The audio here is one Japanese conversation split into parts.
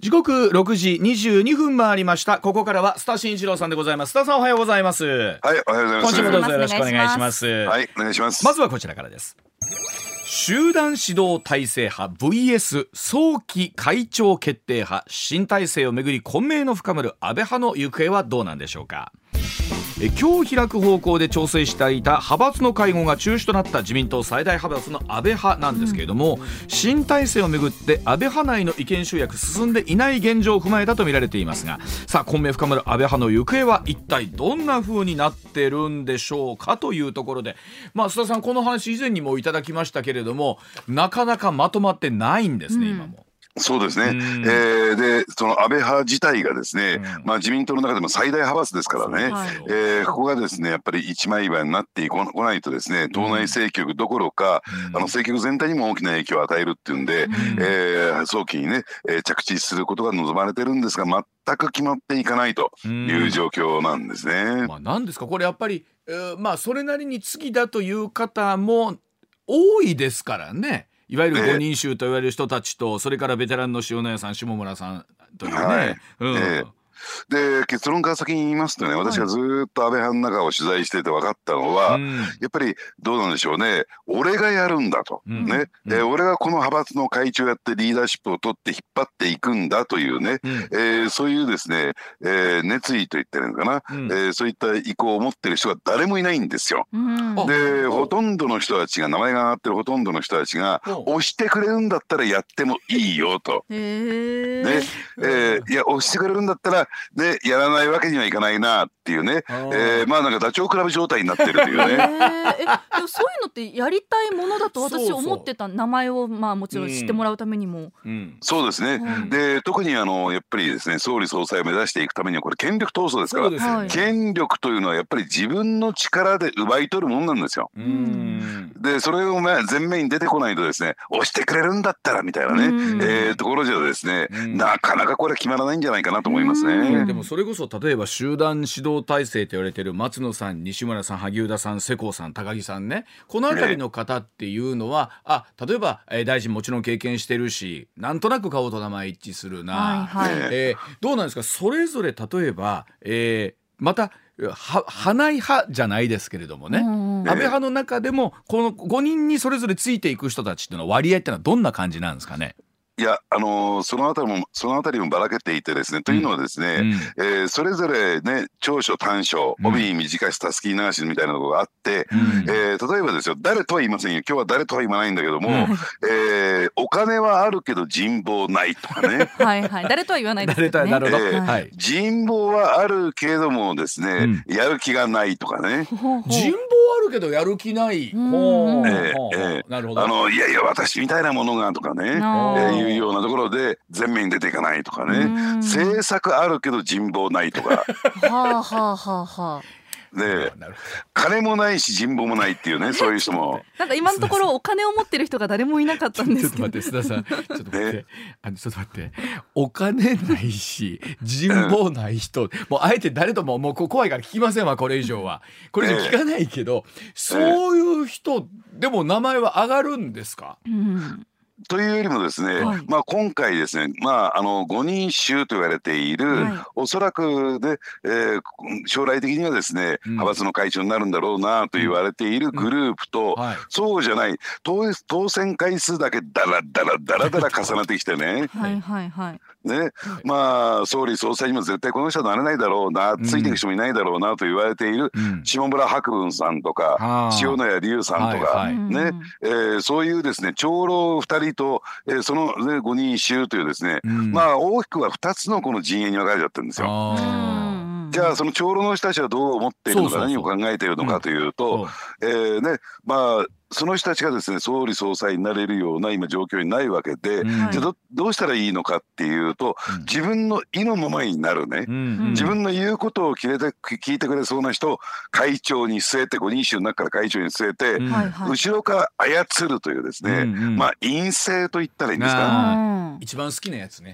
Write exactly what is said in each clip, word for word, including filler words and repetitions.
時刻ろくじにじゅうにふん回りました。ここからは須田慎一郎さんでございます。須田さん、おはようございます。はい、 おはようございます。 今週もどうぞよろしくお願いします。 はい、お願いします。 まずはこちらからです。集団指導体制派 ブイエス 早期会長決定派、新体制をめぐり混迷の深まる安倍派の行方はどうなんでしょうか。え今日開く方向で調整していた派閥の会合が中止となった自民党最大派閥の安倍派なんですけれども、うん、新体制をめぐって安倍派内の意見集約進んでいない現状を踏まえたと見られていますが、さあ混迷深まる安倍派の行方は一体どんな風になってるんでしょうかというところで、まあ、須田さん、この話以前にもいただきましたけれども、なかなかまとまってないんですね、うん、今も。 そうですね、えー、でその安倍派自体がですね、うんまあ、自民党の中でも最大派閥ですからね、はいえー、ここがですねやっぱり一枚岩になってこないとですね、党内政局どころか、うん、あの政局全体にも大きな影響を与えるっていうんで、うんえー、早期にね、えー、着地することが望まれてるんですが、全く決まっていかないという状況なんですね。 うんまあ、なんですかこれやっぱり、えーまあ、それなりに次だという方も多いですからね。いわゆるごにん衆と言われる人たちと、それからベテランの塩谷さん、下村さんというね、はいうんえーで結論から先に言いますとね、私がずっと安倍派の中を取材してて分かったのは、うん、やっぱりどうなんでしょうね、俺がやるんだと、うんねうん、で俺がこの派閥の会長やってリーダーシップを取って引っ張っていくんだというね、うんえー、そういうですね、えー、熱意と言ってるのかな、うんえー、そういった意向を持ってる人が誰もいないんですよ、うん、でほとんどの人たちが名前が挙がってるほとんどの人たちが押してくれるんだったらやってもいいよと、ねえー、いや押してくれるんだったらでやらないわけにはいかないなっていうね、えー、まあなんかダチョウ倶楽部状態になってるというねえー、えでもそういうのってやりたいものだと私思ってた。そうそう名前をまあもちろん知ってもらうためにも、 うん、そうですね、うん、で特にあのやっぱりですね総理総裁を目指していくためにはこれ権力闘争ですから、ね、権力というのはやっぱり自分の力で奪い取るものなんですよ。うんでそれを前面に出てこないとですね、押してくれるんだったらみたいなね、えー、ところじゃですね、なかなかこれ決まらないんじゃないかなと思いますね。 でもそれこそ例えば集団指導体制と言われている松野さん、西村さん、萩生田さん、世耕さん、高木さんね、この辺りの方っていうのは、ね、あ例えば、えー、大臣もちろん経験してるし、なんとなく顔と名前一致するな、はいはいえー、どうなんですかそれぞれ。例えば、えー、または派内派じゃないですけれどもね、安倍派の中でもこのごにんにそれぞれついていく人たちっていうのは割合ってのはどんな感じなんですかね。 いや、あのー、そのあたりもそのあたりもばらけていてですね、うん、というのはですね、うんえー、それぞれね長所短所、帯に短し、たすき流しみたいなのがあって、うんえー、例えばですよ、誰とは言いませんよ、今日は誰とは言わないんだけども、うんえー、お金はあるけど人望ないとかねはいはい、誰とは言わないですけどね、 なるほど、 えーはい、人望はあるけれどもですね、うん、やる気がないとかね人望あるけどやる気ない、ほう、えーえー、なるほど、あのいやいや私みたいなものがとかね、えー、いういうようなところで前面に出ていかないとかね、政策あるけど人望ないとかはあはあはあはあで金もないし人望もないっていうね、そういう人もなんか今のところお金を持ってる人が誰もいなかったんですけどちょっと待って須田さんちょっと待って、ね、あのちょっと待ってお金ないし人望ない人、うん、もうあえて誰とももう怖いから聞きませんわ、これ以上はこれ以上聞かないけど、ね、そういう人でも名前は上がるんですか。 うんというよりもですね、はい、まあ今回ですね、まああのごにん衆と言われている、はい、おそらくで、えー、将来的にはですね、うん、派閥の会長になるんだろうなと言われているグループと、うんはい、そうじゃない当、当選回数だけダラダラダラダラ重ねてきてねはいはいはいね、まあ総理総裁にも絶対この人はなれないだろうな、ついていく人もいないだろうなと言われている、うん、下村博文さんとか塩谷龍さんとか、はいはいねえー、そういうですね長老ふたりと、えー、その、ね、ごにん衆というですね、うん、まあ大きくはふたつのこの陣営に分かれちゃってるんですよ。じゃあその長老の人たちはどう思っているのか、何を考えているのかというと、うんえーね、まあその人たちがですね総理総裁になれるような今状況にないわけで、うん、じゃあ ど, どうしたらいいのかっていうと、うん、自分の意のままになるね、うん、自分の言うことを聞いて聞いてくれそうな人を会長に据えて、ごにん衆の中から会長に据えて、うん、後ろから操るというですね、うんうん、まあ陰性と言ったらいいんですか、 一番好きなやつね。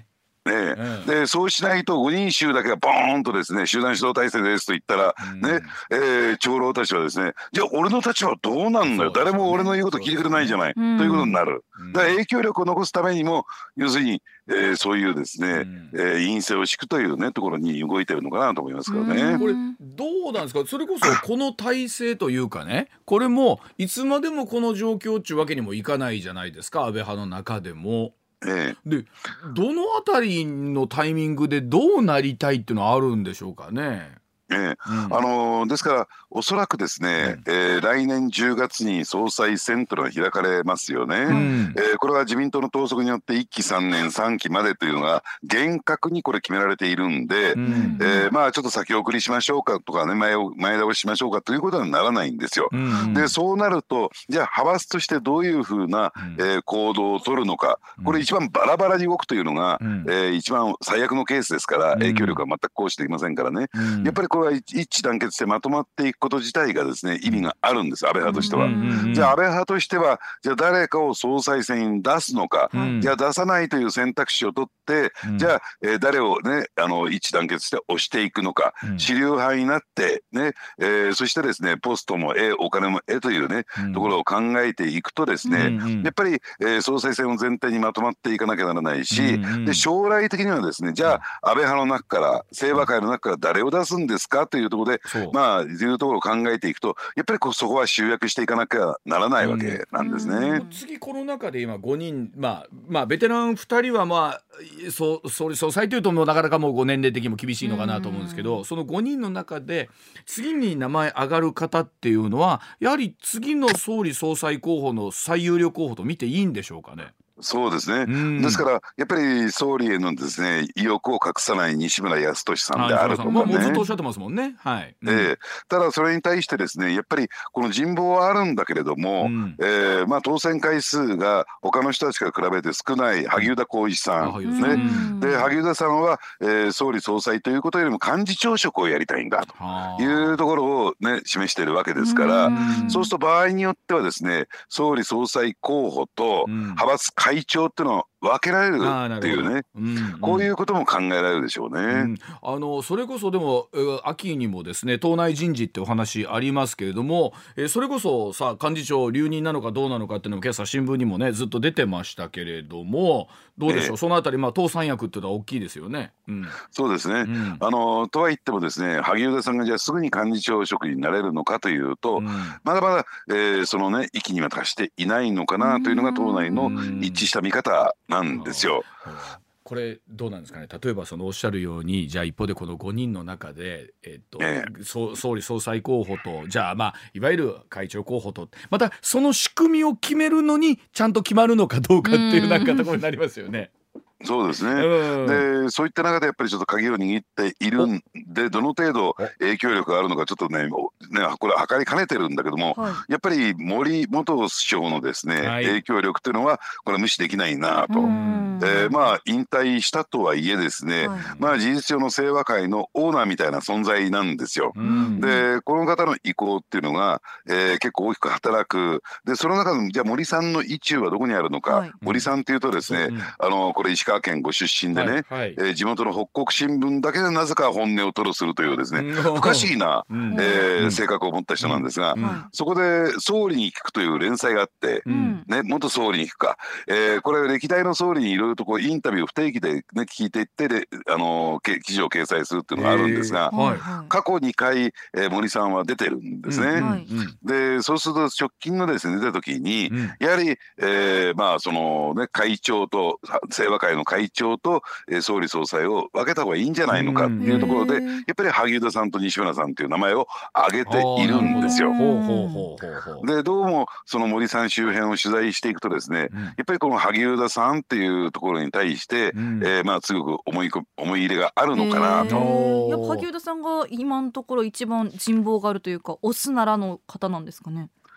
ねええ、でそうしないとごにん衆だけがボーンとですね集団指導体制ですと言ったら、うんねえー、長老たちはですねじゃあ俺の立場はどうなんだよ、ね、誰も俺の言うこと聞いてくれないじゃない、うん、ということになる、うん、だから影響力を残すためにも要するに、えー、そういうですね、うんえー、陰性を敷くという、ね、ところに動いてるのかなと思いますけどね、 うん、これどうなんですか。それこそこの体制というかねこれもいつまでもこの状況っていうわけにもいかないじゃないですか、安倍派の中でも。ええ、でどのあたりのタイミングでどうなりたいっていうのはあるんでしょうかね。 ええうん、あのー、ですからおそらくですね、うんえー、来年じゅうがつに総裁選というのが開かれますよね、うんえー、これは自民党の党則によっていっきさんねんさんきまでというのが厳格にこれ決められているんで、うんえー、まあちょっと先送りしましょうかとかね 前, を前倒ししましょうかということにはならないんですよ、うん、でそうなるとじゃあ派閥としてどういうふうな、うんえー、行動を取るのか、これ一番バラバラに動くというのが、うんえー、一番最悪のケースですから影響力は全く行使できませんからね、うん、やっぱりこれは一致団結してまとまっていくこと自体がですね意味があるんです、安倍派としては、うんうんうん、じゃあ安倍派としてはじゃあ誰かを総裁選に出すのか、うん、じゃあ出さないという選択肢を取って、うん、じゃあ、えー、誰をねあの一致団結して押していくのか、うん、主流派になってね、えー、そしてですねポストも得お金も得というね、うん、ところを考えていくとですね、うんうん、やっぱり、えー、総裁選を前提にまとまっていかなきゃならないし、うんうん、で将来的にはですねじゃあ安倍派の中から清和会の中から誰を出すんですかというところでまあいうところを考えていくとやっぱりこそこは集約していかなきゃならないわけなんですね、うん、 次この中で今ごにん、まあ、まあベテランふたりはまあそ総理総裁というともうなかなかもうご年齢的にも厳しいのかなと思うんですけど、そのごにんの中で次に名前上がる方っていうのはやはり次の総理総裁候補の最有力候補と見ていいんでしょうかね。 そうですね、うん、ですからやっぱり総理へのですね意欲を隠さない西村康稔さんであるとかね、 まあ、もうずっとおっしゃってますもんね、はいうん、 えー、ただそれに対してですねやっぱりこの人望はあるんだけれども、うんえーまあ、当選回数が他の人たちから比べて少ない萩生田光一さん、うん、ね、うん、で萩生田さんは、えー、総理総裁ということよりも幹事長職をやりたいんだというところを、ね、示しているわけですから、うん、そうすると場合によってはですね総理総裁候補と派閥会長っていうのを分けられるっていうね、うんうん、こういうことも考えられるでしょうね、うん、 あのそれこそでも秋にもですね党内人事ってお話ありますけれども、えそれこそさ幹事長留任なのかどうなのかっていうのも今朝新聞にもねずっと出てましたけれどもどうでしょう、えー、そのあたり、まあ、党三役っていうのは大きいですよね、うん、 そうですね、うん、あのとは言ってもですね萩生田さんがじゃあすぐに幹事長職になれるのかというと、うん、まだまだ、えー、そのね域には達していないのかなというのが党内の一致した見方なんですよ。 これどうなんですかね。例えばそのおっしゃるようにじゃあ一方でこのごにんの中で、えっとええ、総理総裁候補とじゃあまあいわゆる会長候補とまたその仕組みを決めるのにちゃんと決まるのかどうかっていうなんかところになりますよね。 そうですね、うん、でそういった中でやっぱりちょっと鍵を握っているんでどの程度影響力があるのかちょっと ね, ねこれは測りかねてるんだけども、はい、やっぱり森元首相のですね、はい、影響力というのはこれは無視できないなと、えー、まあ引退したとはいえですね、はい、まあ事実上の清和会のオーナーみたいな存在なんですよ。でこの方の意向っていうのが、えー、結構大きく働く。でその中でじゃあ森さんの意中はどこにあるのか、はい、森さんっていうとですね、うん、あのこれ石川県ご出身でね、はいはいえー、地元の北国新聞だけでなぜか本音を吐露するというですね、うん、不可思議な、うんえーうん、性格を持った人なんですが、うん、そこで総理に聞くという連載があって、うんね、元総理に聞くか、えー、これ歴代の総理にいろいろとこうインタビューを不定期で、ね、聞いていってで、あのー、記事を掲載するっていうのがあるんですが、えーはい、過去にかい、えー、森さんは出てるんですね、うんはい、でそうすると直近のですね出た時に、うん、やはり、えー、まあそのね会長と清和会の会長と、えー、総理総裁を分けた方がいいんじゃないのかっていうところで、うん、やっぱり萩生田さんと西村さんという名前を挙げているんですよ。でどうもその森さん周辺を取材していくとですね、うん、やっぱりこの萩生田さんっていうところに対して、うんえー、まあすごく思い、思い入れがあるのかなと。 やっぱ萩生田さんが今のところ一番人望があるというか推すならの方なんですかね。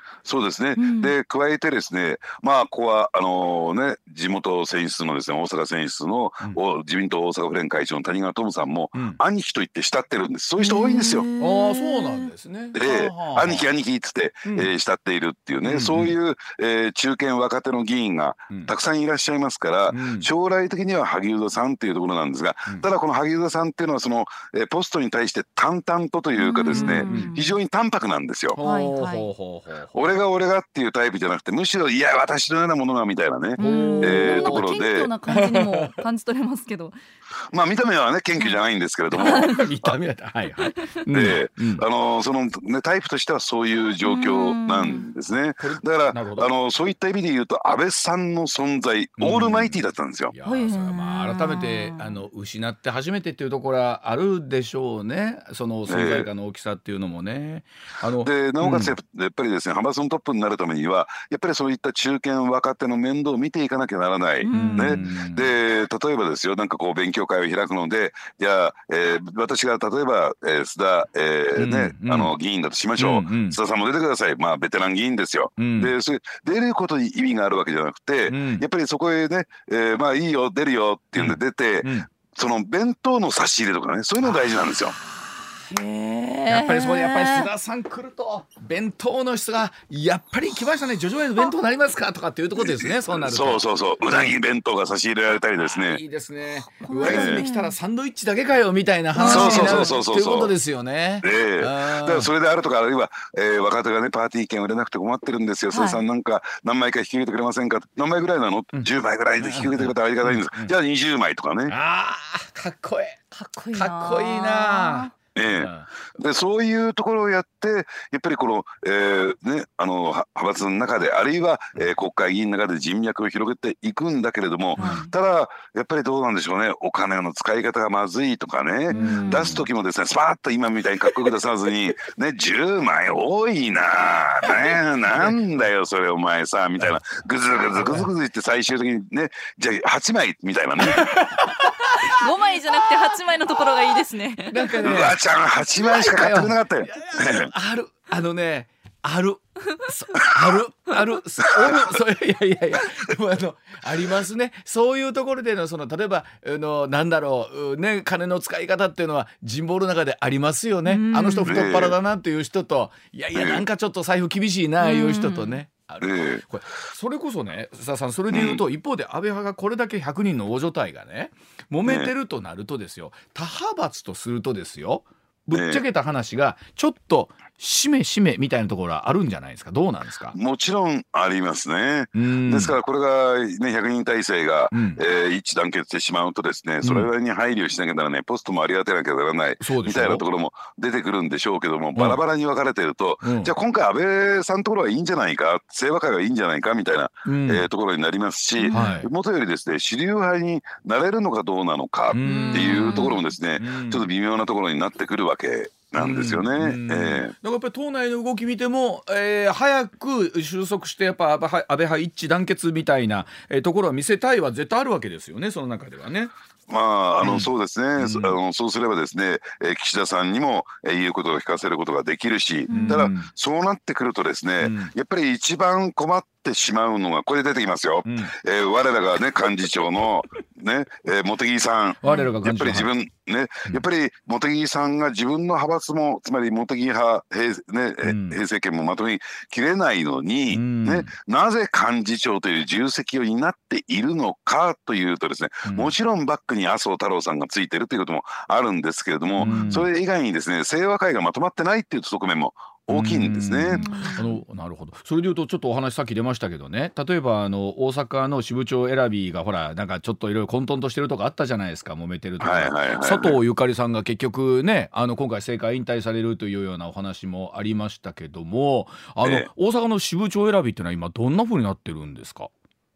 そうですね、 うん、 で加えてですね、まあここはあのーね地元選出のですね大阪選出の、うん、自民党大阪府連会長の谷川トムさんも、うん、兄貴と言って慕ってるんです。そういう人多いんですよ。 ああそうなんですね。 で兄貴兄貴っつって、うん、えー、慕っているっていうね、うんうん、そういう、えー、中堅若手の議員がたくさんいらっしゃいますから、うん、将来的には萩生田さんっていうところなんですが、うん、ただこの萩生田さんっていうのはその、えー、ポストに対して淡々とというかですね、うん、非常に淡白なんですよ。 はいはい、 俺が俺がっていうタイプじゃなくて、むしろいや私のようなものがみたいなね、えー、ところで謙虚な感じにも感じ取れますけどまあ見た目はね謙虚じゃないんですけれども見た目ははいはいで、うん、あのその、ね、タイプとしてはそういう状況なんですね。だからあのそういった意味で言うと安倍さんの存在オールマイティだったんですよ。 いやそれはまあ改めてあの失って初めてっていうところはあるでしょうね、その存在感の大きさっていうのもね。あのでなおかつやっぱりですね、派閥のトップになるためにはやっぱりそういった中堅若手の面倒を見ていかなきゃならない、ね、で例えばですよ、なんかこう勉強会を開くので、いや、えー、私が例えば、えー、須田、えーねうんうん、あの議員だとしましょう、うんうん、須田さんも出てください、まあベテラン議員ですよ、うん、でそれ出ることに意味があるわけじゃなくて、うん、やっぱりそこへね、えー、まあいいよ出るよっていうんで出て、うんうん、その弁当の差し入れとかね、そういうの大事なんですよ。 やっぱりそこでやっぱり須田さん来ると弁当の質がやっぱり来ましたね、叙々苑の弁当になりますかとかっていうところですね。そうなるとそうそうそう、うなぎ弁当が差し入れられたりですね、 いいですね。上休み来たらサンドイッチだけかよみたいな話になるということですよね。 だからそれであるとか、あるいは、えー、若手がねパーティー券売れなくて困ってるんですよ、須田さんなんか何枚か引き受けてくれませんか、何枚ぐらいなの、うん、じゅうまいぐらいで引き受けてくれたらありがたいんです、うんうん、じゃあにじゅうまいとかね。 あーかっこいいかっこいいなかっこいいな。 ええ、でそういうところをやってやっぱりこの、えーね、あの派閥の中であるいは、えー、国会議員の中で人脈を広げていくんだけれども、うん、ただやっぱりどうなんでしょうね、お金の使い方がまずいとかね、うん、出す時もですねスパッと今みたいにかっこよく出さずに、ね、じゅうまい多いな、ね、なんだよそれお前さみたいなグズグズグズグズ言って最終的にねじゃあはちまいみたいなねごまいじゃなくてはちまいのところがいいですね。 なんかね、 うわちゃんはちまいしか買ってくれなかったよ。 あるあのねあるあるあるそいやいやいやでもあのありますね、そういうところでのその例えばあのなんだろうね、金の使い方っていうのは人望の中でありますよね。あの人太っ腹だなっていう人と、いやいやなんかちょっと財布厳しいないう人とね、あるこれそれこそね須田さん、それで言うと、うん、一方で安倍派がこれだけひゃくにんの大所帯がね揉めてるとなるとですよ、他派閥とするとですよ、ぶっちゃけた話がちょっとしめしめみたいなところはあるんじゃないですか。どうなんですか。 もちろんありますね。ですからこれが、ね、ひゃくにん体制が、うんえー、一致団結してしまうとですね、それなりに配慮しなきゃならない、ポストもありがてなきゃならないみたいなところも出てくるんでしょうけども、バラバラに分かれてると、うん、じゃあ今回安倍さんのところはいいんじゃないか、清和会はいいんじゃないかみたいな、うんえー、ところになりますし、はい、元よりですね主流派になれるのかどうなのかっていうところもですね、ちょっと微妙なところになってくるわけなんですよね。うん、えー、だからやっぱり党内の動き見ても、えー、早く収束してやっぱ安倍派、安倍派一致団結みたいな、えー、ところは見せたいは絶対あるわけですよね、その中ではね。 まあ、あのそうですね、うん、あのそうすればですね、えー、岸田さんにも、えー、言うことを聞かせることができるし、うん、ただそうなってくるとですね、うん、やっぱり一番困ってしまうのがこれ出てきますよ、うんえー、我らがね幹事長のね、えー、茂木さん、 我らがやっぱり自分ね、うん、やっぱり茂木さんが自分の派閥もつまり茂木派平、ねうん、平成権もまとめきれないのに、うんね、なぜ幹事長という重責を担っているのかというとですね、うん、もちろんバックに麻生太郎さんがついてるということもあるんですけれども、うん、それ以外にですね清和会がまとまってないっていう側面も大きいんですね。 あのなるほど。それでいうとちょっとお話さっき出ましたけどね、例えばあの大阪の支部長選びがほらなんかちょっといろいろ混沌としてるとかあったじゃないですか、揉めてるとか、はいはいはいはい、佐藤ゆかりさんが結局ねあの今回政界引退されるというようなお話もありましたけども、あの、ええ、大阪の支部長選びってのは今どんな風になってるんですか。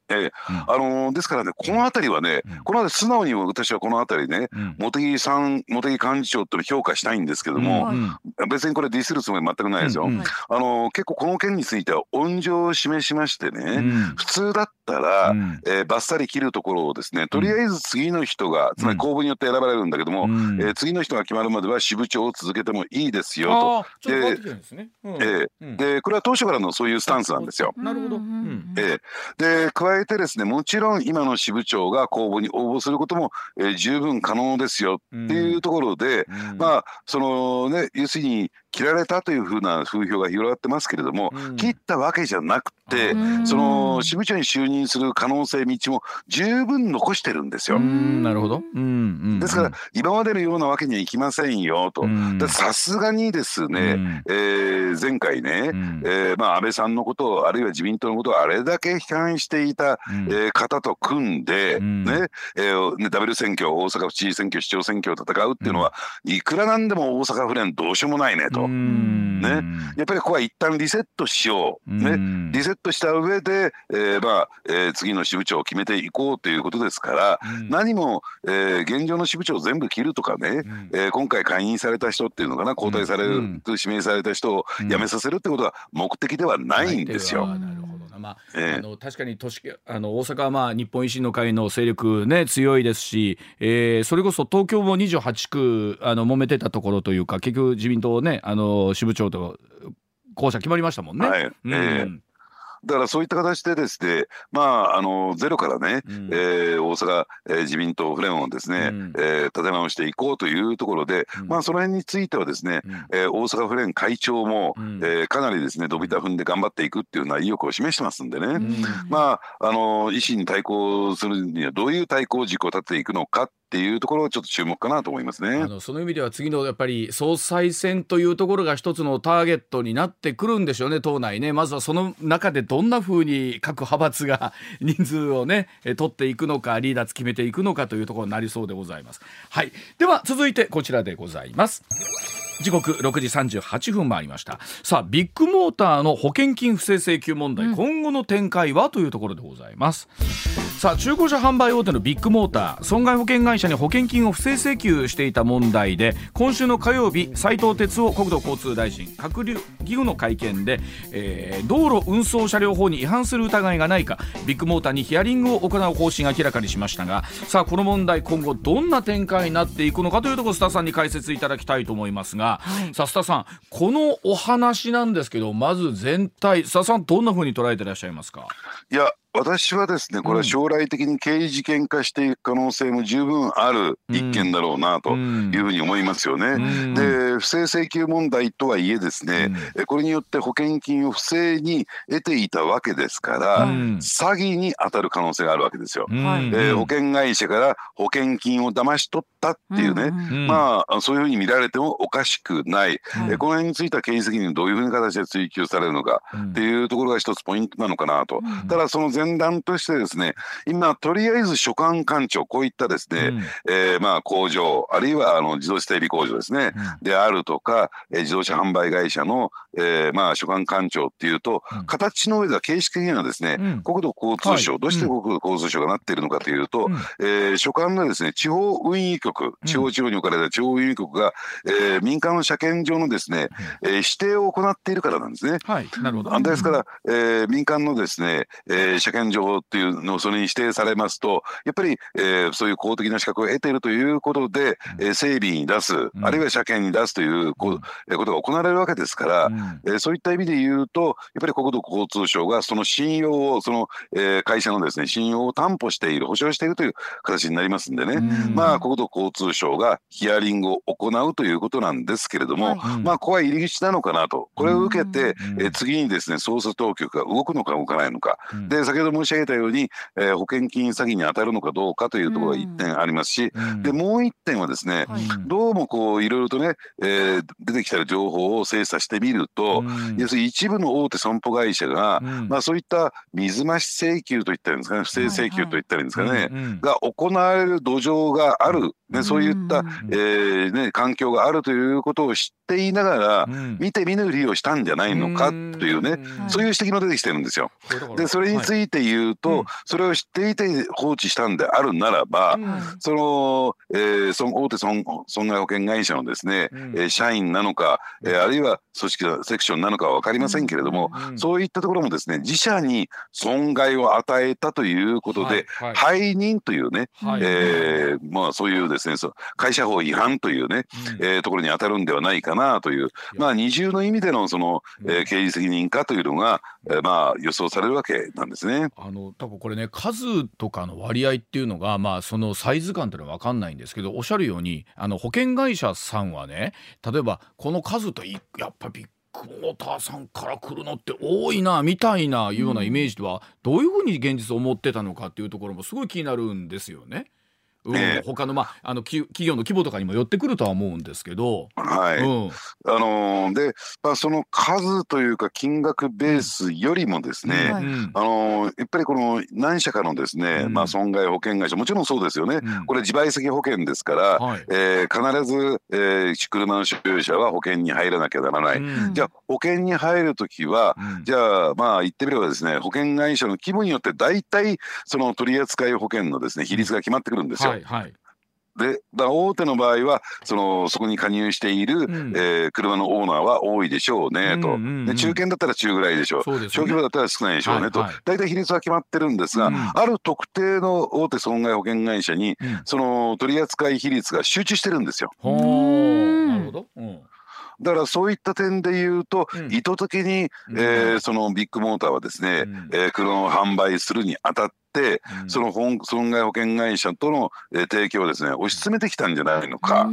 えーあのーですからね、この辺りはね、うん、この辺り素直に私はこの辺りね、うん、茂木さん、茂木幹事長っていうのを評価したいんですけども、うん、別にこれディスるつもり全くないですよ。うんうん、あのー、結構この件については温情を示しましてね、うん、普通だったら、うん、えー、バッサリ切るところをですね、とりあえず次の人が、つまり公募によって選ばれるんだけども、うん、えー、次の人が決まるまでは支部長を続けてもいいですよと。で、でこれは当初からのそういうスタンスなんですよ。 なるほど。 えー、で加えてですね、もちろん今の支部長が公募に応募することも、えー、十分可能ですよっていうところで、うん、まあそのね、要するに切られたというふうな風評が広がってますけれども、うん、切ったわけじゃなくて、その支部長に就任する可能性道も十分残してるんですよ。 なるほど。 ですから今までのようなわけにはいきませんよと。さすがにですね、うん、えー、前回ね、うん、えー、まあ安倍さんのことをあるいは自民党のことをあれだけ批判していた、うん、えー、方と組んで、うん、ね、えー、ダブル選挙、大阪府知事選挙、市長選挙を戦うっていうのは、うん、いくらなんでも大阪府連どうしようもないねと。ね、やっぱりここは一旦リセットしよう、ね、リセットした上で、えーまあえー、次の支部長を決めていこうということですから、うん、何も、えー、現状の支部長を全部切るとかね、うん、えー、今回解任された人っていうのかな、交代される、うん、指名された人を辞めさせるってことは目的ではないんですよ。 なるほどな、まあえー、あの確かに都市あの大阪はまあ日本維新の会の勢力ね強いですし、えー、それこそ東京もにじゅうはちくあの揉めてたところというか、結局自民党ね、あの支部長と候補者決まりましたもんね。 はい、うん、えーだからそういった形でですね、まあ、あのゼロからね、うん、えー、大阪、えー、自民党府連をですね、うん、えー、立て直していこうというところで、うん、まあその辺についてはですね、うん、えー、大阪府連会長も、うん、えー、かなりですねドビタ踏んで頑張っていくっていうような意欲を示してますんでね、うん、まああの維新に対抗するにはどういう対抗軸を立てていくのかっていうところをちょっと注目かなと思いますね。 あのその意味では次のやっぱり総裁選というところが一つのターゲットになってくるんでしょうね、党内ね。まずはその中でどんな風に各派閥が人数をね取っていくのか、リーダー決めていくのかというところになりそうでございます。はい、では続いてこちらでございます。時刻ろくじさんじゅうはちふん回りました。さあビッグモーターの保険金不正請求問題、うん、今後の展開はというところでございます。さあ中古車販売大手のビッグモーター、損害保険会社に保険金を不正請求していた問題で、今週の火曜日斉藤鉄夫国土交通大臣閣議後の会見で、えー、道路運送車両法に違反する疑いがないかビッグモーターにヒアリングを行う方針が明らかにしましたが、さあこの問題今後どんな展開になっていくのかというところ、須田さんに解説いただきたいと思いますが、はい、さあ須田さん、このお話なんですけど、まず全体、須田さんどんな風に捉えていらっしゃいますか？ いや私はですね、これは将来的に刑事事件化していく可能性も十分ある一件だろうなというふうに思いますよね。うん、で不正請求問題とはいえですね、うん、これによって保険金を不正に得ていたわけですから、うん、詐欺に当たる可能性があるわけですよ。うん、えー、保険会社から保険金を騙し取ったっていうね、うん、まあそういうふうに見られてもおかしくない、うん、えー、この辺については刑事責任をどういうふうな形で追及されるのかっていうところが一つポイントなのかなと。うん、ただその前段としてですね、今とりあえず所管官庁、こういったですね、うん、えー、まあ工場あるいはあの自動車整備工場ですね、うん、であるとか、えー、自動車販売会社の、えー、まあ所管官庁っていうと、うん、形の上では形式的にはですね、うん、国土交通省、はい、どうして国土交通省がなっているのかというと、うん、えー、所管のですね地方運輸局、地方地方に置かれた地方運輸局が、えー、民間の車検場のですね、うん、えー、指定を行っているからなんですね。 はい、なるほど。 ですから、えー、民間のですね、えー、車検場っていうのをそれに指定されますと、やっぱり、えー、そういう公的な資格を得ているということで、うん、えー、整備に出す、うん、あるいは車検に出すというこ、うん、ことが行われるわけですから、うん、えー、そういった意味で言うとやっぱり国土交通省がその信用をその、えー、会社のですね信用を担保している、保証しているという形になりますんでね、うん、まあ国土交通省がヒアリングを行うということなんですけれども、はい、まあここは入り口なのかなと。これを受けて、うん、えー、次にですね捜査当局が動くのか動かないのか、うん、で先ほど申し上げたように、えー、保険金詐欺に当たるのかどうかというところが一点ありますし、うん、でもう一点はですね、はい、どうもこういろいろとね、えー、出てきた情報を精査してみると、うん、要するに一部の大手損保会社が、うん、まあそういった水増し請求といったらいいんですかね、不正請求といったらいいんですかね、はいはい、が行われる土壌がある、ね、そういった、えーね、環境があるということを知っって言いながら、うん、見て見ぬふりをしたんじゃないのかというね、うそういう指摘も出てきてるんですよ。でそれについて言うと、はい、それを知っていて放置したんであるならば、うん、その、えー、その大手損害保険会社のですね、うん、えー、社員なのか、えー、あるいは組織セクションなのかは分かりませんけれども、うんうん、そういったところもですね、自社に損害を与えたということで、はいはい、背任というね、はい、えーまあ、そういうですね、会社法違反というね、うん、えー、ところに当たるんではないかなという、まあ、二重の意味でのその、えー、刑事責任化というのが、えーまあ、予想されるわけなんですね。 あの多分これね、数とかの割合っていうのが、まあ、そのサイズ感っていうのは分かんないんですけど、おっしゃるようにあの保険会社さんはね、例えばこの数とやっぱりビッグモーターさんから来るのって多いなみたいなようなイメージでは、どういうふうに現実を思ってたのかっていうところもすごい気になるんですよね。うん、えー、他の、まあ、あの企業の規模とかにも寄ってくるとは思うんですけど、 はい、うん、あのー、で、まあ、その数というか金額ベースよりもですね、うん、あのー、やっぱりこの何社かのですね、うん、まあ、損害保険会社もちろんそうですよね、うん、これ自賠責保険ですから、はい、えー、必ず、えー、車の所有者は保険に入らなきゃならない、うん、じゃあ保険に入るときは、うん、じゃあまあ言ってみればですね、保険会社の規模によって大体その取扱保険のですね比率が決まってくるんですよ。はいはい、でだ大手の場合はそのそこに加入している、うん、えー、車のオーナーは多いでしょうねと、うんうんうん、で中堅だったら中ぐらいでしょう、ね、小規模だったら少ないでしょうね、はい、と、はい、大体比率は決まってるんですが、うん、ある特定の大手損害保険会社に、うん、その取扱比率が集中してるんですよ。 なるほど、うん、 だからそういった点で言うと、うん、意図的に、うん、えー、そのビッグモーターはですね、うん、えー、車を販売するにあたって、うん、その本損害保険会社との、えー、提供をですね押し詰めてきたんじゃないのか、うん、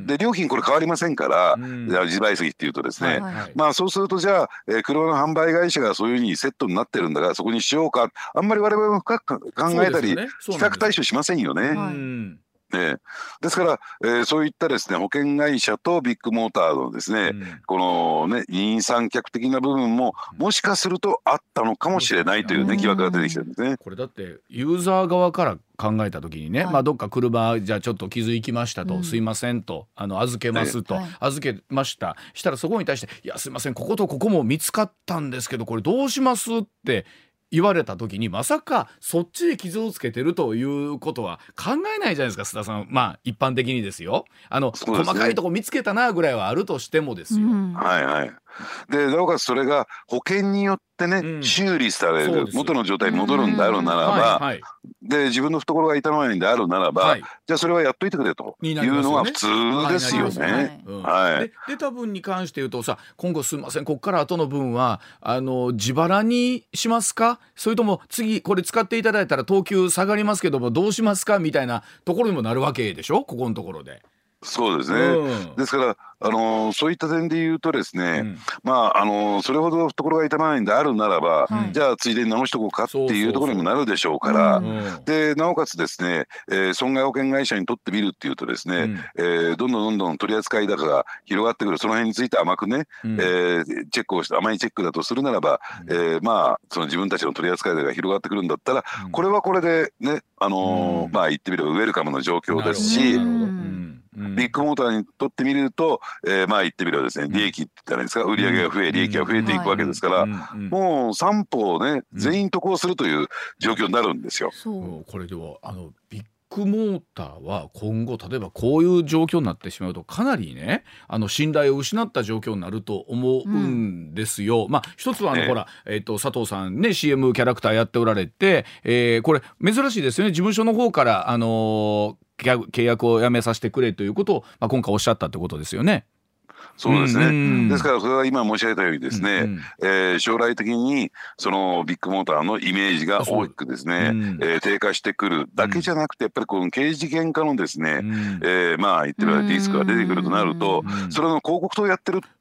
で料金これ変わりませんから、うん、自賠責っていうとですね、はいはい、まあそうするとじゃあ、えー、車の販売会社がそういうふうにセットになってるんだからそこにしようか、あんまり我々も深く考えたり、ね、比較対象しませんよね。はい、ね、ですから、えー、そういったですね保険会社とビッグモーターのですね、うん、このね二人三脚的な部分ももしかするとあったのかもしれないというね疑惑が出てきてるんですね。 これだってユーザー側から考えた時にね、はい、まあ、どっか車じゃあちょっと傷いきましたと、うん、すいませんと、あの預けますと、ね、預けました、したらそこに対していやすいませんこことここも見つかったんですけどこれどうしますって言われた時にまさかそっちで傷をつけてるということは考えないじゃないですか須田さん。まあ一般的にですよ、あの、ね、細かいとこ見つけたなぐらいはあるとしてもですよ、うん、 はいはい。でなおかつそれが保険によってね、うん、修理される元の状態に戻るんであるならば、はいはい、で自分の懐が痛まないんであるならば、はい、じゃあそれはやっといてくれというのが普通ですよね。 で出た分に関して言うとさ、今後すみませんここから後の分はあの自腹にしますか、それとも次これ使っていただいたら等級下がりますけどもどうしますかみたいなところにもなるわけでしょ、ここのところで。 そうですね、うん、ですからあのー、そういった点で言うとですね、うん、まああのー、それほど懐が痛まないんであるならば、うん、じゃあついでに直しとこうかっていうところにもなるでしょうから、でなおかつですね、えー、損害保険会社にとってみるっていうとですね、うん、えー、どんどんどんどん取扱い高が広がってくる、その辺について甘くね、うん、えー、チェックをして甘いチェックだとするならば、うん、えー、まあその自分たちの取扱い高が広がってくるんだったら、うん、これはこれでね、あのーうん、まあ言ってみればウェルカムな状況ですし、ビッグモーターにとってみると、えー、まあ言ってみればですね、利益って言ったらいいですか、売り上げが増え利益が増えていくわけですから、もう三方ね全員得をするという状況になるんですよ。 そうこれではあのビッグモーターは今後例えばこういう状況になってしまうとかなりねあの信頼を失った状況になると思うんですよ。うん、まあ一つはあの、ね、ほら、えー、と佐藤さんね シーエム キャラクターやっておられて、えー、これ珍しいですよね。事務所の方からあのー契約をやめさせてくれということを、まあ、今回おっしゃったってことですよね。 そうですね、うんうん、ですからそれは今申し上げたようにですね、うんうん、えー、将来的にそのビッグモーターのイメージが大きくですね、うん、えー、低下してくるだけじゃなくてやっぱりこの刑事事件化のですね、うん、えー、まあ言ってるリスクが出てくるとなると、うん、それの広告塔をやってる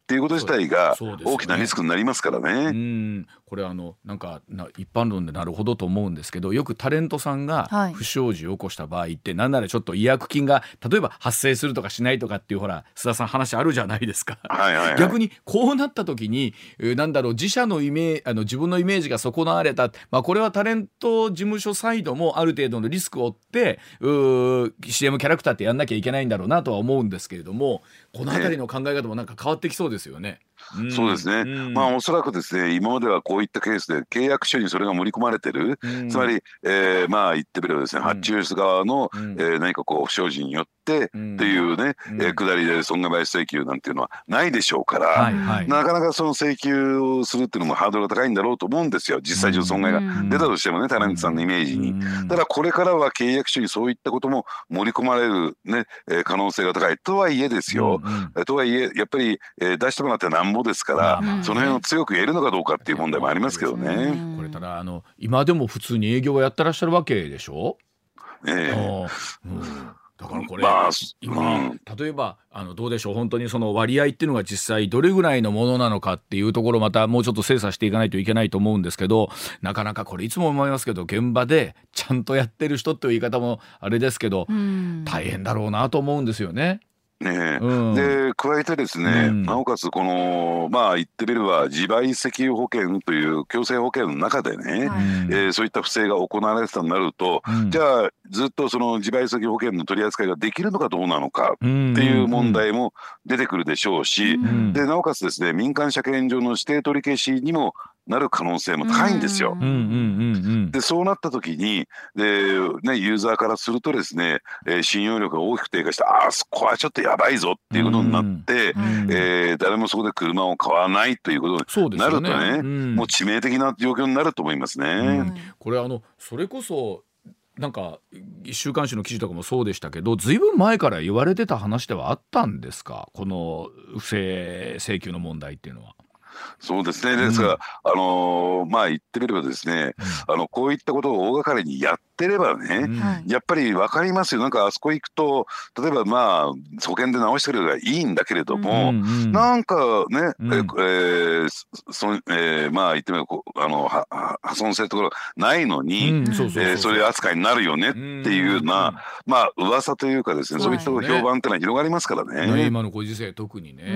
っていうこと自体が大きなリスクになりますからね。 うん、これあのなんかな一般論でなるほどと思うんですけど、よくタレントさんが不祥事を起こした場合って、はい、なんならちょっと違約金が例えば発生するとかしないとかっていうほら須田さん話あるじゃないですか。 はいはいはい、 逆にこうなった時になんだろう自社のイメージあの自分のイメージが損なわれた、まあ、これはタレント事務所サイドもある程度のリスクを負ってうー シーエム キャラクターってやんなきゃいけないんだろうなとは思うんですけれども、このあたりの考え方もなんか変わってきそうですよね。 うん、そうですね、うん、まあおそらくですね今まではこういったケースで契約書にそれが盛り込まれてる、うん、つまり、えー、まあ言ってみればですね、うん、発注側の、うん、えー、何かこう不祥事によって、うん、っていうね、うん、えー、下りで損害賠償請求なんていうのはないでしょうから、はいはい、なかなかその請求をするっていうのもハードルが高いんだろうと思うんですよ。実際上損害が出たとしてもね、タレントさんのイメージに、うん、ただこれからは契約書にそういったことも盛り込まれる、ねえー、可能性が高いとはいえですよ、うんうん、とはいえやっぱり、えー、出してもらってなんぼですから、まあその辺を強く言えるのかどうかっていう問題もありますけどね。 これただあの今でも普通に営業をやってらっしゃるわけでしょ。ええ、うん、だからこれ、まあ、今、うん、例えばあのどうでしょう、本当にその割合っていうのが実際どれぐらいのものなのかっていうところまたもうちょっと精査していかないといけないと思うんですけど、なかなかこれいつも思いますけど現場でちゃんとやってる人っていう言い方もあれですけど、うん、大変だろうなと思うんですよね。 ねうん、で加えてですね、うん、なおかつこのまあ言ってみれば自賠責保険という強制保険の中でね、はい、えー、そういった不正が行われてたとなると、うん、じゃあずっとその自賠責保険の取り扱いができるのかどうなのかっていう問題も出てくるでしょうし、うん、でなおかつですね民間車検上の指定取り消しにもなる可能性も高いんですよ。でそうなった時にで、ね、ユーザーからするとですね、えー、信用力が大きく低下してあそこはちょっとやばいぞっていうことになって、えー、誰もそこで車を買わないということになるとね、うん、もう致命的な状況になると思いますね。うん、 これあのそれこそなんか週刊誌の記事とかもそうでしたけど、ずいぶん前から言われてた話ではあったんですか、この不正請求の問題っていうのは。 そうですね、ですから、うん、あのー、まあ言ってみればですね、うん、あのこういったことを大掛かりにやってればね、うん、やっぱり分かりますよ。なんかあそこ行くと例えばまあ保険で直してくれればいいんだけれども、うんうん、なんかね、うん、えー、そえー、まあ言ってみればあの破損性ところないのにそういう扱いになるよねっていうような、うん、まあ噂というかですね、そういった評判ってのは広がりますからね。 ね、今のご時世特にね、うん、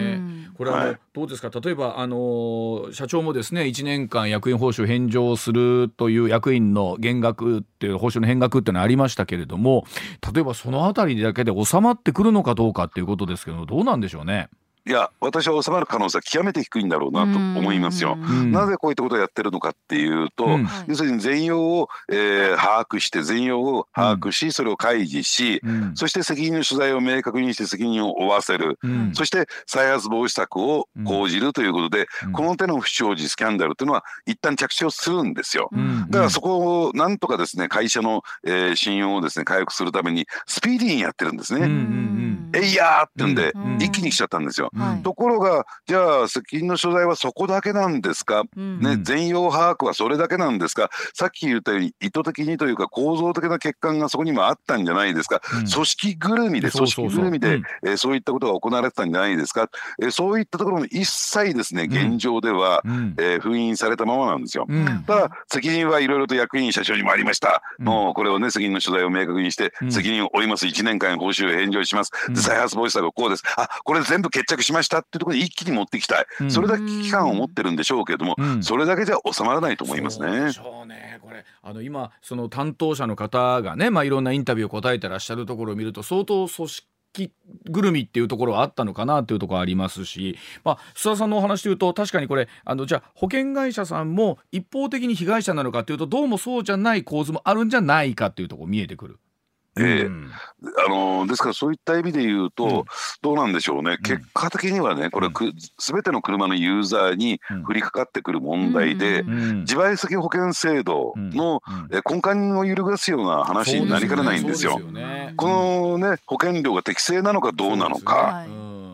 これは、はい、どうですか、例えばあの社長もですねいちねんかん役員報酬返上するという役員の減額っていう報酬の返額っていうのはありましたけれども、例えばそのあたりだけで収まってくるのかどうかっていうことですけど、どうなんでしょうね。 いや私は収まる可能性は極めて低いんだろうなと思いますよ。なぜこういったことをやってるのかっていうと、うん、要するに全容を、えー、把握して全容を把握し、うん、それを開示し、うん、そして責任の所在を明確にして責任を負わせる、うん、そして再発防止策を講じるということで、うん、この手の不祥事スキャンダルというのは一旦着地をするんですよ。うん、だからそこをなんとかですね会社の、えー、信用をですね回復するためにスピーディーにやってるんですね。うんうんうん、えいやーって言うんで、うん、一気に来ちゃったんですよ。はい、ところがじゃあ責任の所在はそこだけなんですか、うんね、全容把握はそれだけなんですか、さっき言ったように意図的にというか構造的な欠陥がそこにもあったんじゃないですか、うん、組織ぐるみで組織ぐるみでそうそうそう、うんえー、そういったことが行われてたんじゃないですか、えー、そういったところも一切ですね現状では、うんえー、封印されたままなんですよ。うん、ただ責任はいろいろと役員社長にもありました、うん、もうこれをね責任の所在を明確にして、うん、責任を負います、いちねんかん報酬を返上します、うん、で再発防止策がこうです、あこれ全部決着しましたっていうところに一気に持っていきたい、うん、それだけ危機感を持ってるんでしょうけれども、うん、それだけじゃ収まらないと思いますね。 そうでしょうね。これあの今その担当者の方がね、まあ、いろんなインタビューを答えてらっしゃるところを見ると相当組織ぐるみっていうところはあったのかなというところありますし、まあ、須田さんのお話でいうと確かにこれあのじゃあ保険会社さんも一方的に被害者なのかというとどうもそうじゃない構図もあるんじゃないかというところ見えてくる。 えーうん、あのー、ですからそういった意味で言うと、うん、どうなんでしょうね、うん、結果的にはねこれく、うん、全ての車のユーザーに降りかかってくる問題で、うん、自賠責保険制度の、うん、え根幹を揺るがすような話になりかねないんですよ。このね保険料が適正なのかどうなのか、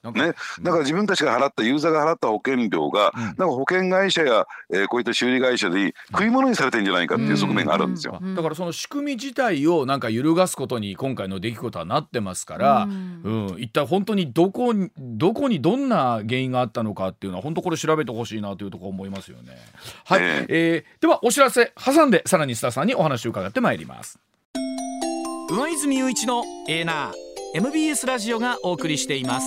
ね、だから自分たちが払ったユーザーが払った保険料が、うん、なんか保険会社や、えー、こういった修理会社で食い物にされてるんじゃないかっていう側面があるんですよ。 だからその仕組み自体をなんか揺るがすことに今回の出来事はなってますから、うんうん、一体本当にどこにどこにどんな原因があったのかっていうのは本当これ調べてほしいなというところ思いますよね。はい、えーえー、ではお知らせ挟んでさらに須田さんにお話を伺ってまいります。 上泉雄一のエーナー エムビーエス ラジオがお送りしています。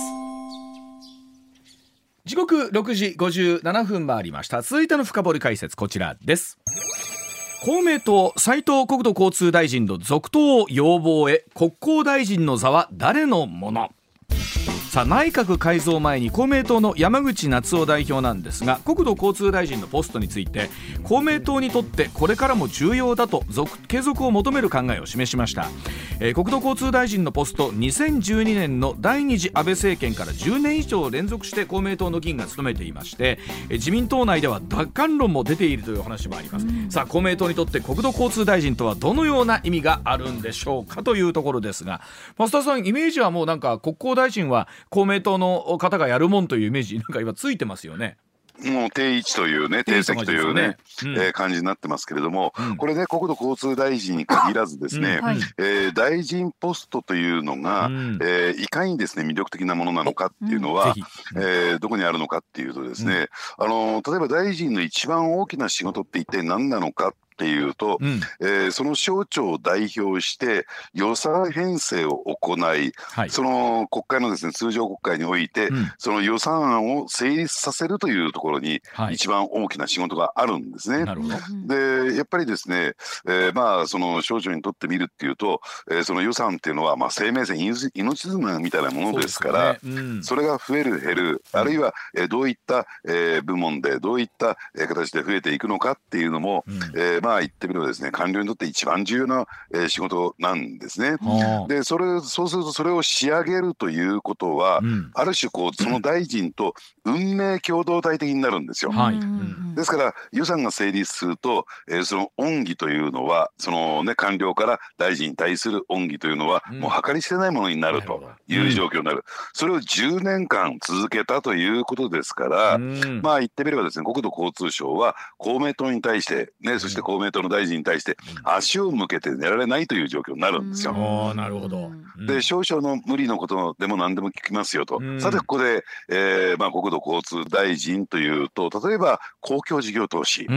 時刻ろくじごじゅうななふん回りました。続いての深掘り解説こちらです。公明党斉藤国土交通大臣の続投要望へ国交大臣の座は誰のもの。さあ内閣改造前に公明党の山口那津男代表なんですが、国土交通大臣のポストについて公明党にとってこれからも重要だと続継続を求める考えを示しました。えー、国土交通大臣のポストにせんじゅうにねんの第二次安倍政権からじゅうねん以上連続して公明党の議員が務めていまして、えー、自民党内では奪還論も出ているという話もあります。さあ公明党にとって国土交通大臣とはどのような意味があるんでしょうかというところですが、増田さんイメージはもうなんか国交大臣は公明党の方がやるもんというイメージなんか今ついてますよね。 もう定位置というね定席というね、うん、えー、感じになってますけれども、うん、これね国土交通大臣に限らずですね、うん、えー、大臣ポストというのが、うん、えー、いかにですね魅力的なものなのかっていうのは、うん、えー、どこにあるのかっていうとですね、うん、あの例えば大臣の一番大きな仕事って一体何なのかっていうと、うん、えー、その省庁を代表して予算編成を行い、はい、その国会のですね通常国会において、うん、その予算案を成立させるというところに一番大きな仕事があるんですね。はい、でやっぱりですね、えー、まあその省庁にとってみるっていうと、えー、その予算っていうのはまあ生命線命綱みたいなものですから、 そ, うですよね、うん、それが増える減る、あるいは、えー、どういった、えー、部門でどういった、えー、形で増えていくのかっていうのも、うん、えーまあ言ってみればですね官僚にとって一番重要な、えー、仕事なんですね。でそれそうするとそれを仕上げるということは、うん、ある種こうその大臣と運命共同体的になるんですよ。はい、うん、ですから予算が成立すると、えー、その恩義というのはその、ね、官僚から大臣に対する恩義というのは、うん、もう計り知れないものになるという状況になる、うん、それをじゅうねんかん続けたということですから、うん、まあ言ってみればですね国土交通省は公明党に対して、ね、そして公明党の大臣に対して足を向けて寝られないという状況になるんですよ。 うん、なるほど。 で少々の無理のことでも何でも聞きますよと、うん、さてここで、えーまあ、国土交通大臣というと例えば公共事業投資、うん、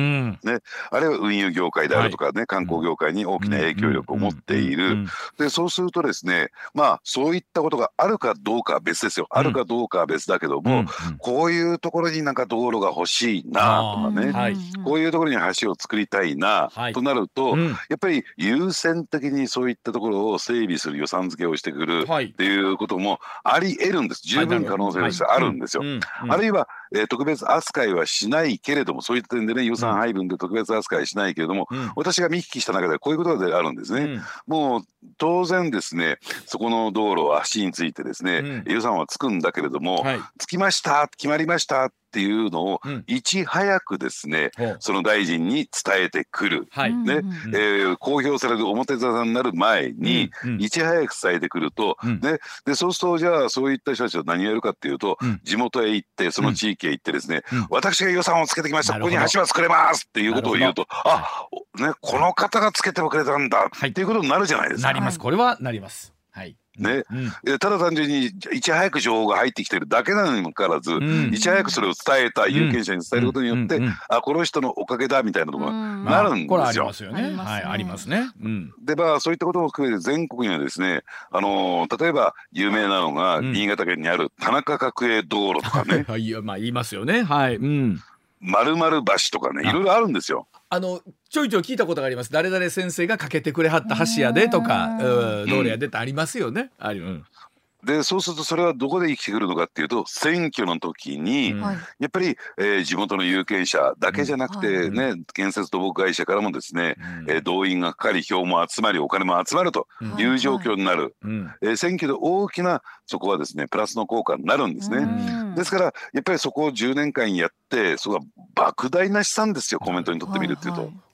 ね、あるいは運輸業界であるとかね、はい、観光業界に大きな影響力を持っている。でそうするとですねまあそういったことがあるかどうかは別ですよ、うん、あるかどうかは別だけども、うん、こういうところになんか道路が欲しいなとかね、はい、こういうところに橋を作りたいな、はい、となると、うん、やっぱり優先的にそういったところを整備する予算付けをしてくるっていうこともあり得るんです。十分可能性としてあるんですよ。あるいは、えー、特別扱いはしないけれども、そういった点でね予算配分で特別扱いしないけれども、うん、私が見聞きした中ではこういうことであるんですね。うん、もう当然ですねそこの道路は橋についてですね、うん、予算はつくんだけれども、はい、つきました決まりましたっていうのをいち早くですね、うん、その大臣に伝えてくる、はい、ね、うん、えー、公表される表沙汰になる前に、うん、いち早く伝えてくると、うん、ね、でそうするとじゃあそういった人たちは何をやるかっていうと、うん、地元へ行ってその地域へ行ってですね、うん、私が予算をつけてきました、ここに橋は作れますっていうことを言うと、あ、ね、この方がつけてくれたんだ、はい、っていうことになるじゃないですか。 なります、これはなります。はい、 ね、うん、ただ単純にいち早く情報が入ってきてるだけなのにもかかわらず、うん、いち早くそれを伝えた有権者に伝えることによって、うん、あこの人のおかげだみたいなところがなるんですよ。 これありますよね。はい、ありますね。うん、 でまあそういったことも含めて全国にはですね、あのー、例えば有名なのが新潟県にある田中角栄道路とかね、 いやまあ言いますよね。はい、うん、 丸々橋とかね、いろいろあるんですよ。 あのちょいちょい聞いたことがあります。誰々先生がかけてくれはった橋やでとか、道路やでってありますよね。あり、うん、 でそうするとそれはどこで生きてくるのかっていうと選挙の時に、うん、やっぱり、えー、地元の有権者だけじゃなくてね、うん、建設土木会社からもですね、うん、えー、動員がかかり票も集まりお金も集まるという状況になる、うん、えー、選挙で大きなそこはですねプラスの効果になるんですね。うん、ですからやっぱりそこをじゅうねんかんやってそこは莫大な資産ですよ、コメントにとってみるっていうと。はいはい、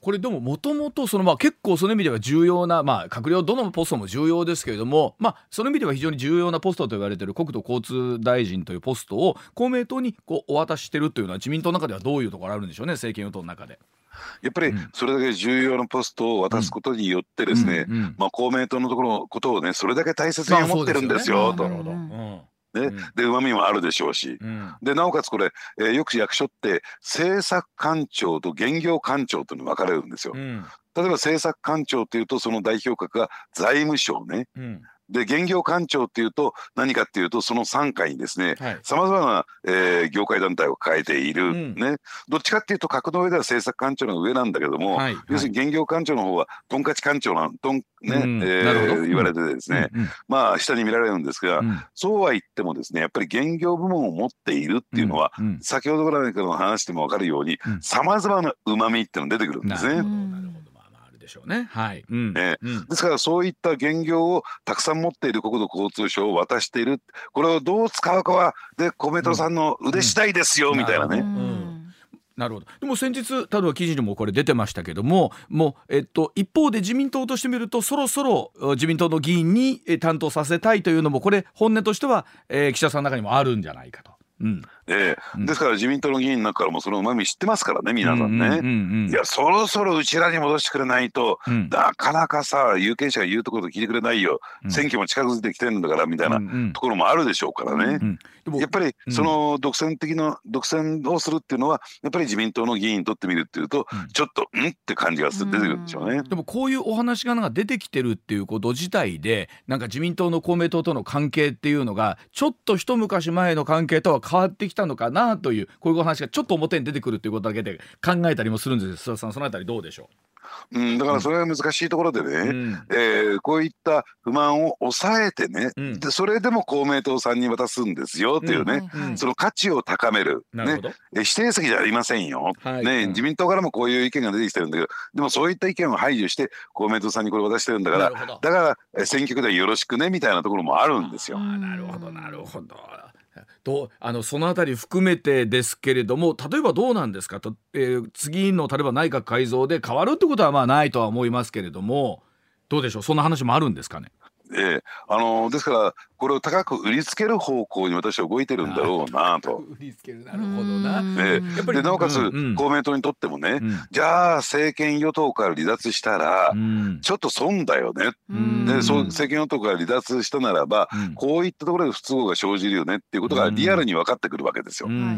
これでももともとそのまあ結構その意味では重要な、まあ、閣僚どのポストも重要ですけれども、まあ、その意味では非常に重要なポストと言われている国土交通大臣というポストを公明党にこうお渡ししてるというのは自民党の中ではどういうところあるんでしょうね、政権与党の中で。 やっぱりそれだけ重要なポストを渡すことによってですね、うんうんうんまあ、公明党のところのことをねそれだけ大切に思ってるんですよと。ね、でうまみもあるでしょうし、うん、でなおかつこれ、えー、よく役所って政策官庁と現業官庁というのに分かれるんですよ、うん、例えば政策官庁というとその代表格が財務省ね、うんで現業官庁っていうと何かっていうとその傘下にですねさまざまな、えー、業界団体を抱えている、うんね、どっちかっていうと格の上では政策官庁の上なんだけども、はいはい、要するに現業官庁の方はトンカチ官庁なんとん、ねうんえー、言われてですね、うんうん、まあ下に見られるんですが、うん、そうは言ってもですねやっぱり現業部門を持っているっていうのは、うんうん、先ほどからの話でも分かるようにさまざまなうまみっていうのが出てくるんですね。 でしょうねはいうんねうん、ですからそういった現業をたくさん持っている国土交通省を渡している、これをどう使うかはで公明党さんの腕次第ですよ、うん、みたいなね。 なるほど。でも先日例えば記事にもこれ出てましたけども、もう、えっと、一方で自民党としてみるとそろそろ自民党の議員に担当させたいというのもこれ本音としては、えー、岸田さんの中にもあるんじゃないかと。うんえーうん、ですから自民党の議員の中からもそのうまみ知ってますからね皆さんね、うんうんうんうん、いやそろそろうちらに戻してくれないと、うん、なかなかさ有権者が言うところで聞いてくれないよ、うん、選挙も近づいてきてるんだからみたいなところもあるでしょうからね、うんうん、やっぱりその独占的な独占をするっていうのはやっぱり自民党の議員にとってみるっていうと、うん、ちょっとんって感じが出てくるんでしょうね。 でもこういうお話がなんか出てきてるっていうこと自体でなんか自民党の公明党との関係っていうのがちょっと一昔前の関係とは変わってきたのかなというこういうお話がちょっと表に出てくるということだけで考えたりもするんですが、須田さんそのあたりどうでしょう。 うん、だからそれが難しいところでね、うんえー、こういった不満を抑えてね、うん、でそれでも公明党さんに渡すんですよっていうね、うん、その価値を高める、ね、指定席じゃありませんよ、はいね、自民党からもこういう意見が出てきてるんだけどでもそういった意見を排除して公明党さんにこれ渡してるんだからだから選挙区でよろしくねみたいなところもあるんですよ。 なるほどなるほどとあのそのあたり含めてですけれども例えばどうなんですかと、えー、次の例えば内閣改造で変わるってことはまあないとは思いますけれどもどうでしょうそんな話もあるんですかね。 ええ、あのー、ですからこれを高く売りつける方向に私は動いてるんだろうなと。 売りつけるなるほどな、 ええ、やっぱりでなおかつ、うんうん、公明党にとってもね、うん、じゃあ政権与党から離脱したら、うん、ちょっと損だよね、うん、でそう政権与党から離脱したならば、うん、こういったところで不都合が生じるよねっていうことがリアルに分かってくるわけですよ、うんうんうんうん、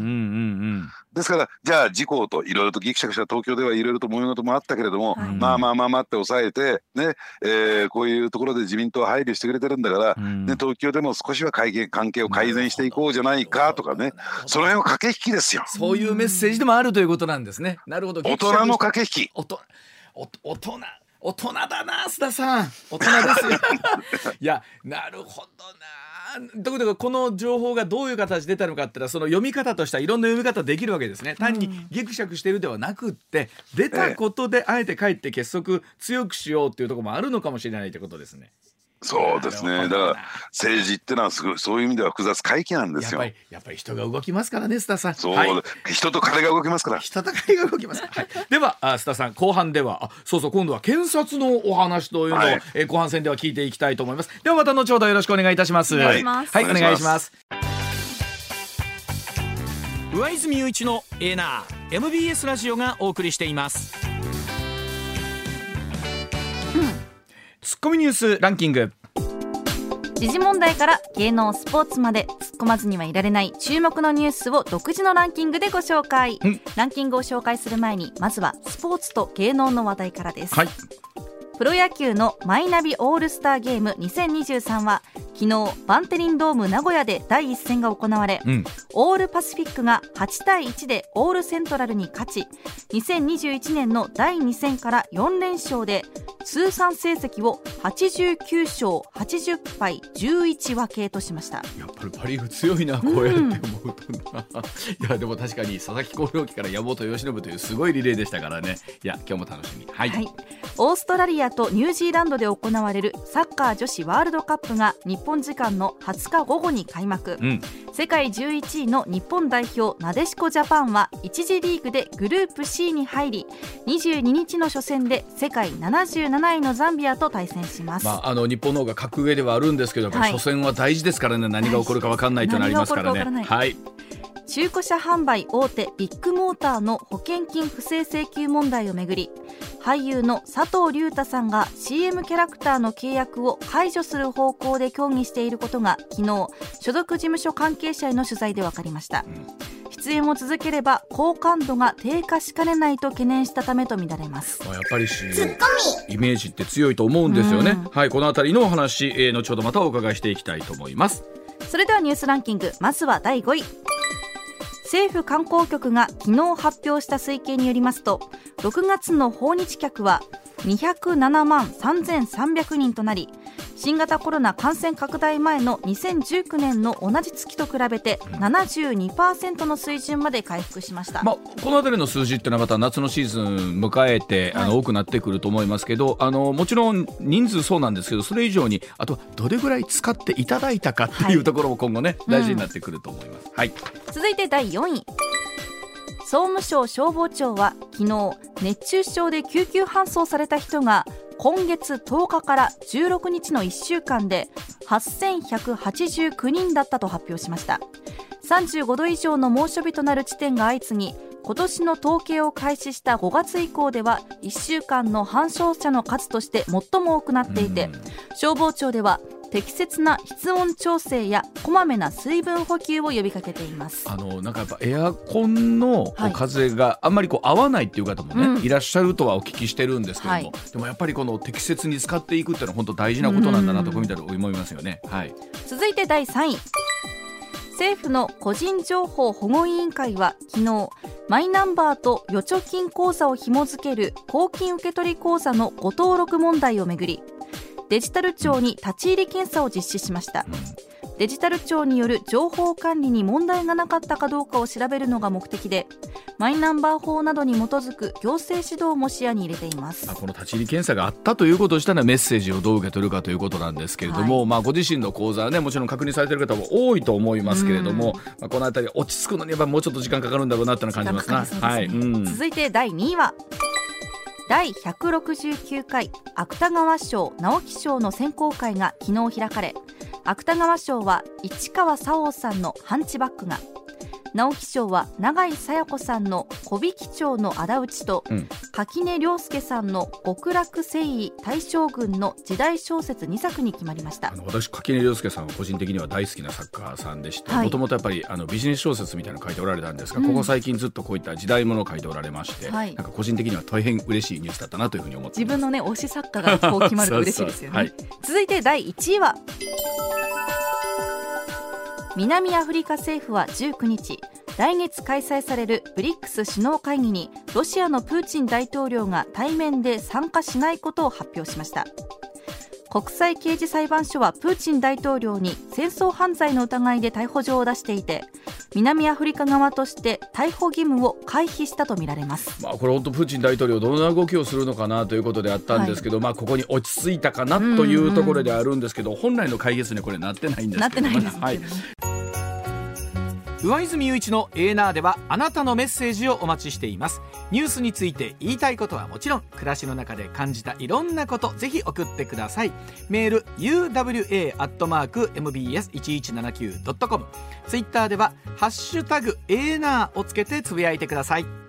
ですからじゃあ自公といろいろとギクシャクした東京ではいろいろと揉め事もあったけれども、はい、まあまあまあまあって抑えてね、えー、こういうところで自民党は配慮してくれてるんだから、うんね、東京でも少しは関係を改善していこうじゃないかとかねその辺は駆け引きですよ。 そういうメッセージでもあるということなんですね。なるほど。 大人の駆け引き。 おとお大人大人だな須田さん大人ですよいやなるほどな。ということでこの情報がどういう形で出たのかっていうのはその読み方としてはいろんな読み方できるわけですね。単にギクシャクしているではなくって出たことであえてかえって結束強くしようっていうところもあるのかもしれないということですね。 そうですね。だから政治ってのはすごいそういう意味では複雑回帰なんですよ。 やっぱりやっぱり人が動きますからね須田さん。 そう、はい、人と金が動きますから。 人と金が動きます。はい、では須田さん後半ではあそうそう今度は検察のお話というのを、はい、え後半戦では聞いていきたいと思います。ではまた後ほどよろしくお願いいたします。 お願いします。 はい、はい、お願いします。 上泉雄一のエーナー エムビーエス ラジオがお送りしています。 ツッコミニュースランキング。 時事問題から芸能スポーツまで突っ込まずにはいられない注目のニュースを独自のランキングでご紹介。ランキングを紹介する前にまずはスポーツと芸能の話題からです、はい、プロ野球のマイナビオールスターゲームにせんにじゅうさんは昨日バンテリンドーム名古屋でだいいっ戦が行われ、うん、オールパシフィックがはちたいいちでオールセントラルに勝ちにせんにじゅういちねんのだいに戦からよん連勝で通算成績をはちじゅうきゅうしょうはちじゅっぱいじゅういちわけとしました。 やっぱりパ・リーグ強いな、こうやって思うとな、うん、いやでも確かに佐々木幸陽期から山本由伸というすごいリレーでしたからね。いや今日も楽しみ、はいはい、 オーストラリアとニュージーランドで行われるサッカー女子ワールドカップが日本時間のはつか午後に開幕、うん、世界じゅういちいの日本代表なでしこジャパンはいち次リーグでグループ シー に入り、にじゅうににちの初戦で世界ななじゅうなないのザンビアと対戦します。 まあ、あの日本の方が格上ではあるんですけど、はい、初戦は大事ですからね。何が起こるか分かんないとなりますからね。はい、 中古車販売大手ビッグモーターの保険金不正請求問題をめぐり、俳優の佐藤隆太さんが シーエム キャラクターの契約を解除する方向で協議していることが昨日所属事務所関係者への取材で分かりました。うん、出演を続ければ好感度が低下しかねないと懸念したためとみられます。 やっぱりしイメージって強いと思うんですよね。うん、はい、このあたりのお話、えー、後ほどまたお伺いしていきたいと思います。 それではニュースランキング、まずはだいごい。政府観光局が昨日発表した推計によりますと、ろくがつの訪日客はにひゃくななまんさんぜんさんびゃくにんとなり、新型コロナ感染拡大前のにせんじゅうきゅうねんの同じ月と比べて ななじゅうにパーセント の水準まで回復しました。 まあ、このあたりの数字ってのはまた夏のシーズン迎えて、はい、あの多くなってくると思いますけど、あのもちろん人数そうなんですけど、それ以上にあとどれぐらい使っていただいたかっていうところも今後ね、はい、大事になってくると思います。うん、はい、 続いてだいよんい。総務省消防庁は昨日、熱中症で救急搬送された人が今月とおかからじゅうろくにちのいっしゅうかんではっせんひゃくはちじゅうきゅうにんだったと発表しました。さんじゅうごど以上の猛暑日となる地点が相次ぎ、今年の統計を開始したごがつ以降ではいっしゅうかんの搬送者の数として最も多くなっていて、消防庁では適切な室温調整やこまめな水分補給を呼びかけています。 あのなんかやっぱエアコンの風があんまりこう合わないっていう方もね、はい、いらっしゃるとはお聞きしてるんですけども、はい、でもやっぱりこの適切に使っていくっていうのは本当大事なことなんだなとこう見たら思いますよね。はい、 続いてだいさんい。政府の個人情報保護委員会は昨日、マイナンバーと預貯金口座を紐付ける公金受取口座の誤登録問題をめぐり、デジタル庁に立ち入り検査を実施しました。デジタル庁による情報管理に問題がなかったかどうかを調べるのが目的で、マイナンバー法などに基づく行政指導も視野に入れています。 この立ち入り検査があったということをしたらメッセージをどう受け取るかということなんですけれども、はい、まあ、ご自身の口座はねもちろん確認されている方も多いと思いますけれども、まあ、このあたり落ち着くのにやっぱもうちょっと時間かかるんだろうなっての感じますな。はい、うん、 続いてだいにいはだいひゃくろくじゅうきゅうかい芥川賞・直木賞の選考会が昨日開かれ、芥川賞は市川沙央さんのハンチバックが、直木賞は永井紗耶子さんの木引町の仇討ちと、うん、垣根涼介さんの極楽征夷大将軍の時代小説にさくに決まりました。 あの私垣根涼介さんは個人的には大好きな作家さんでして、もともとやっぱりあのビジネス小説みたいなの書いておられたんですが、うん、ここ最近ずっとこういった時代物を書いておられまして、はい、なんか個人的には大変嬉しいニュースだったなというふうに思っています。 自分のね推し作家がこう決まると嬉しいですよね。そうそう、はい、続いてだいいちいは南アフリカ政府はじゅうくにち、来月開催されるブリックス首脳会議にロシアのプーチン大統領が対面で参加しないことを発表しました。国際刑事裁判所はプーチン大統領に戦争犯罪の疑いで逮捕状を出していて、南アフリカ側として逮捕義務を回避したとみられます。 まあ、これ本当プーチン大統領どんな動きをするのかなということであったんですけど、はい、まあ、ここに落ち着いたかなというところであるんですけど、うんうん、本来の会議室にこれなってないんですけど、ね、 なってないですけどね。はい、 上泉雄一のエーナーではあなたのメッセージをお待ちしています。ニュースについて言いたいことはもちろん、暮らしの中で感じたいろんなこと、ぜひ送ってください。メール ユーダブリューエー アットマーク エムビーエスいちいちななきゅう ドットコム、ツイッターではハッシュタグエーナーをつけてつぶやいてください。